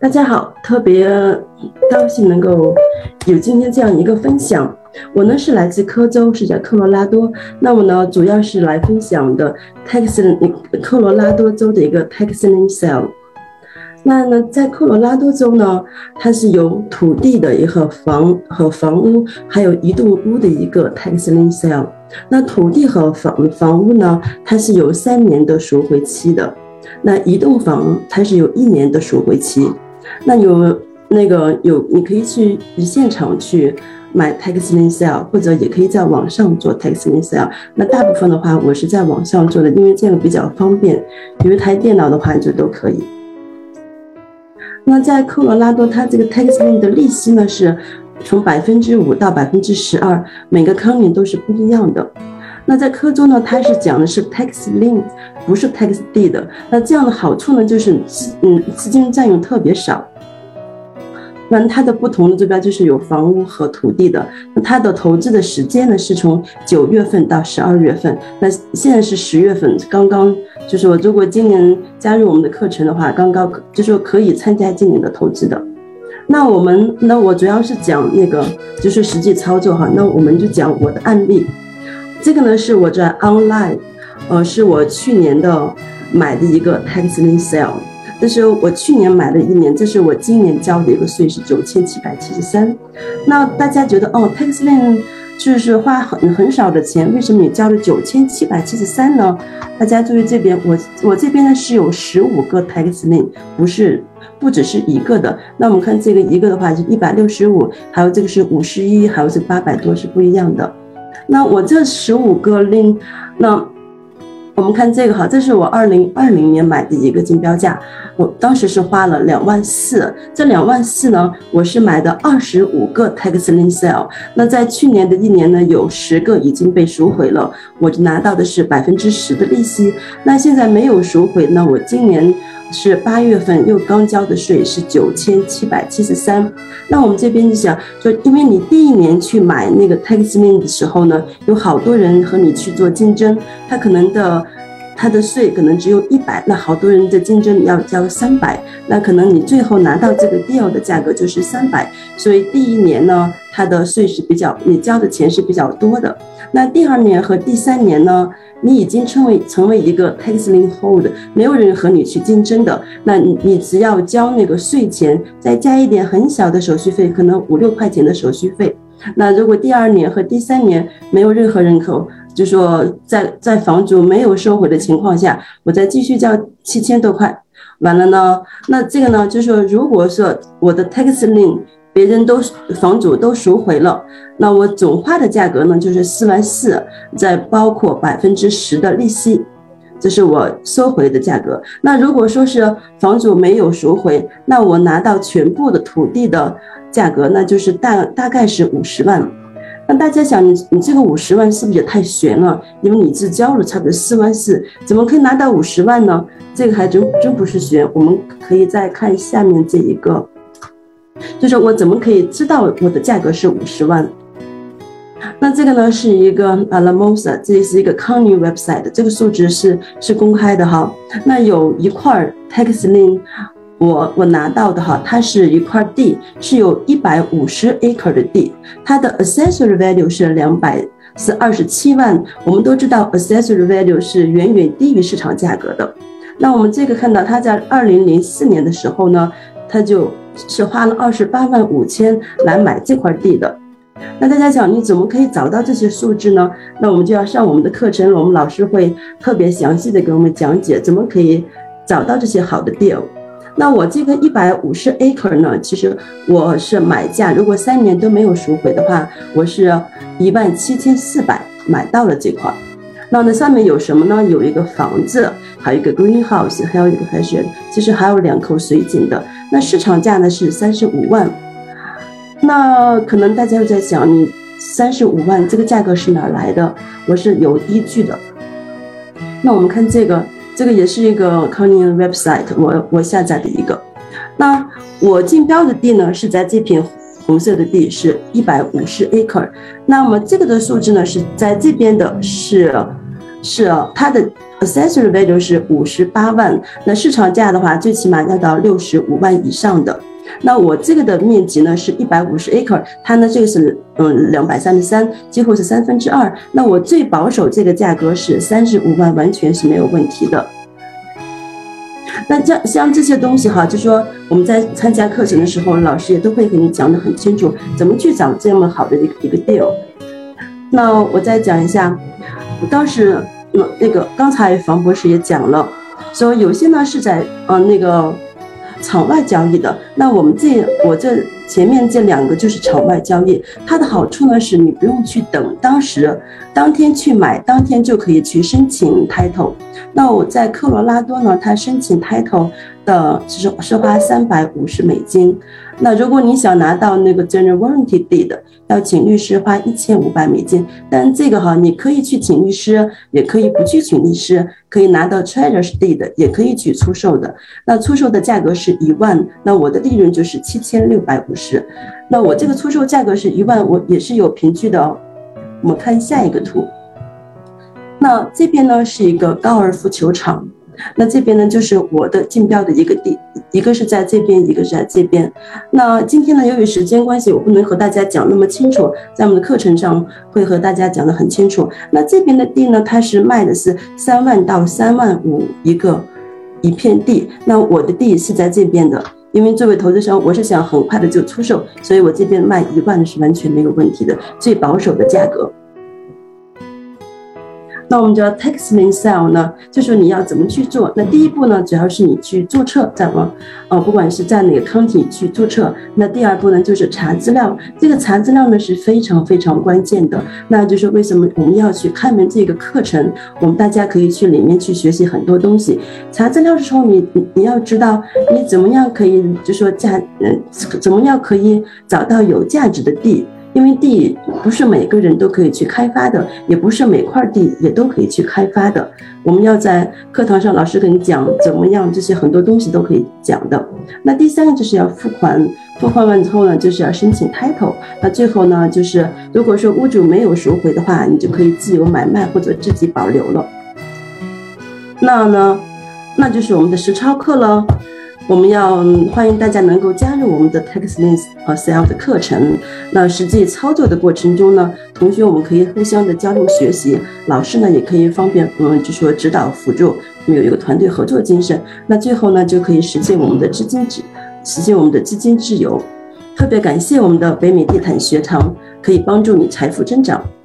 大家好，特别高兴能够有今天这样一个分享。我呢是来自科州，是在科罗拉多。那我呢主要是来分享的科罗拉多州的一个 Taxling Sale。那呢在科罗拉多州呢，它是有土地的一个房屋，还有一栋屋的一个 Taxling Sale。那土地和房屋呢，它是有3年的赎回期的。那一栋房它是有1年的赎回期。那你可以去现场去买 Taxling Sale， 或者也可以在网上做 Taxling Sale。那大部分的话，我是在网上做的，因为这样比较方便，有一台电脑的话就都可以。那在科罗拉多，它这个 Taxling 的利息呢是从5%到12%，每个康年都是不一样的。那在科州呢，它是讲的是 tax lien， 不是 tax deed 的。那这样的好处呢，就是资金占用特别少。那它的不同的这边就是有房屋和土地的。那它的投资的时间呢是从9月份到12月份。那现在是10月份，刚刚就是说，如果今年加入我们的课程的话，刚刚就是说可以参加今年的投资的。那我主要是讲就是实际操作哈。那我们就讲我的案例。这个呢是我在 online， 是我去年的买的一个 Taxling Sale， 这是我去年买的1年，这是我今年交的一个税是9773。那大家觉得Taxling 就是花很少的钱，为什么你交了9773呢？大家注意这边，我这边呢是有15个 Taxling， 不只是一个的。那我们看这个一个的话是165，还有这个是51，还有这800多是不一样的。那我这15个link， 那我们看这个哈，这是我2020年买的一个竞标价，我当时是花了2万4，这2万4呢，我是买的25个 Taxling Sale。那在去年的1年呢，有10个已经被赎回了，我就拿到的是10%的利息。那现在没有赎回，那我今年是8月份又刚交的税是9773。那我们这边就想说，因为你第1年去买那个 Taxling 的时候呢，有好多人和你去做竞争，他的税可能只有100，那好多人的竞争要交300，那可能你最后拿到这个 deal 的价格就是300，所以第1年呢，它的税是你交的钱是比较多的。那第2年和第3年呢，你已经成为一个 Taxling hold， 没有人和你去竞争的，那你只要交那个税钱，再加一点很小的手续费，可能5、6块钱的手续费。那如果第2年和第3年没有任何人口，就说在房主没有收回的情况下，我再继续交7000多块，完了呢，那这个呢，就是说如果说我的 Taxling 别人房主都赎回了，那我总花的价格呢就是4万4，再包括10%的利息，这是我收回的价格。那如果说是房主没有赎回，那我拿到全部的土地的价格，那就是大概是50万。那大家想，你这个50万是不是也太悬了？因为你只交了差不多4万4，怎么可以拿到50万呢？这个还真不是悬。我们可以再看下面这一个，就是我怎么可以知道我的价格是50万？那这个呢是一个 Alamosa， 这是一个 County website， 这个数值是公开的哈。那有一块 Taxling。我拿到的哈，它是一块地，是有150 acre 的地，它的 accessory value 是27万。我们都知道 accessory value 是远远低于市场价格的。那我们这个看到它在2004年的时候呢，它就是花了28万5千来买这块地的。那大家想，你怎么可以找到这些数字呢？那我们就要上我们的课程，我们老师会特别详细的给我们讲解怎么可以找到这些好的 deal。那我这个150 acre 呢，其实我是买价，如果3年都没有赎回的话，我是17400买到了这块。那上面有什么呢？有一个房子，还有一个 greenhouse， 还有一个 hedge， 其实还有2口水井的。那市场价呢是35万。那可能大家又在想，你35万这个价格是哪来的？我是有依据的。那我们看这个也是一个 County website， 我下载的一个。那我竞标的地呢是在这片红色的地，是150 acre。那么这个的数字呢是在这边的是它的 accessory value 是58万，那市场价的话，最起码要到65万以上的。那我这个的面积呢是150 acre， 它呢这个是233，几乎是2/3。那我最保守这个价格是35万，完全是没有问题的。那像这些东西哈，就说我们在参加课程的时候，老师也都会给你讲得很清楚，怎么去找这么好的一个 deal。那我再讲一下，我当时那个刚才房博士也讲了，说有些呢是在那个场外交易的。那我这前面这2个就是场外交易，它的好处呢是你不用去等，当天去买，当天就可以去申请 title。那我在科罗拉多呢，它申请 title 的是花$350。那如果你想拿到那个 general warranty deed， 要请律师花$1500。但这个你可以去请律师，也可以不去请律师，可以拿到 treasurer's deed， 也可以去出售的。那出售的价格是1万，那我的利润就是7650。那我这个出售价格是1万，我也是有凭据的哦。我们看下一个图。那这边呢是一个高尔夫球场，那这边呢就是我的竞标的一个地，一个是在这边，一个是在这边。那今天呢，由于时间关系，我不能和大家讲那么清楚，在我们的课程上会和大家讲得很清楚。那这边的地呢，它是卖的是3万到3万5一片地，那我的地是在这边的。因为作为投资商，我是想很快的就出售，所以我这边卖1万是完全没有问题的，最保守的价格。那我们叫 tax lien sale 呢，就是你要怎么去做？那第一步呢，主要是你去注册，不管是在哪个 county 去注册。那第二步呢，就是查资料。这个查资料呢是非常非常关键的。那就是为什么我们要去开门这个课程，我们大家可以去里面去学习很多东西。查资料的时候，你要知道你怎么样可以，就说怎么样可以找到有价值的地。因为地不是每个人都可以去开发的，也不是每块地也都可以去开发的。我们要在课堂上老师跟你讲怎么样，这些很多东西都可以讲的。那第3个就是要付款，付款完之后呢，就是要申请 title。那最后呢，就是如果说屋主没有赎回的话，你就可以自由买卖或者自己保留了。那就是我们的实操课了。我们要欢迎大家能够加入我们的 tax lien sale 的课程。那实际操作的过程中呢，同学我们可以互相的交流学习，老师呢也可以方便就说指导辅助，我们有一个团队合作精神。那最后呢，就可以实现我们的资金自由。特别感谢我们的北美地毯学堂，可以帮助你财富增长。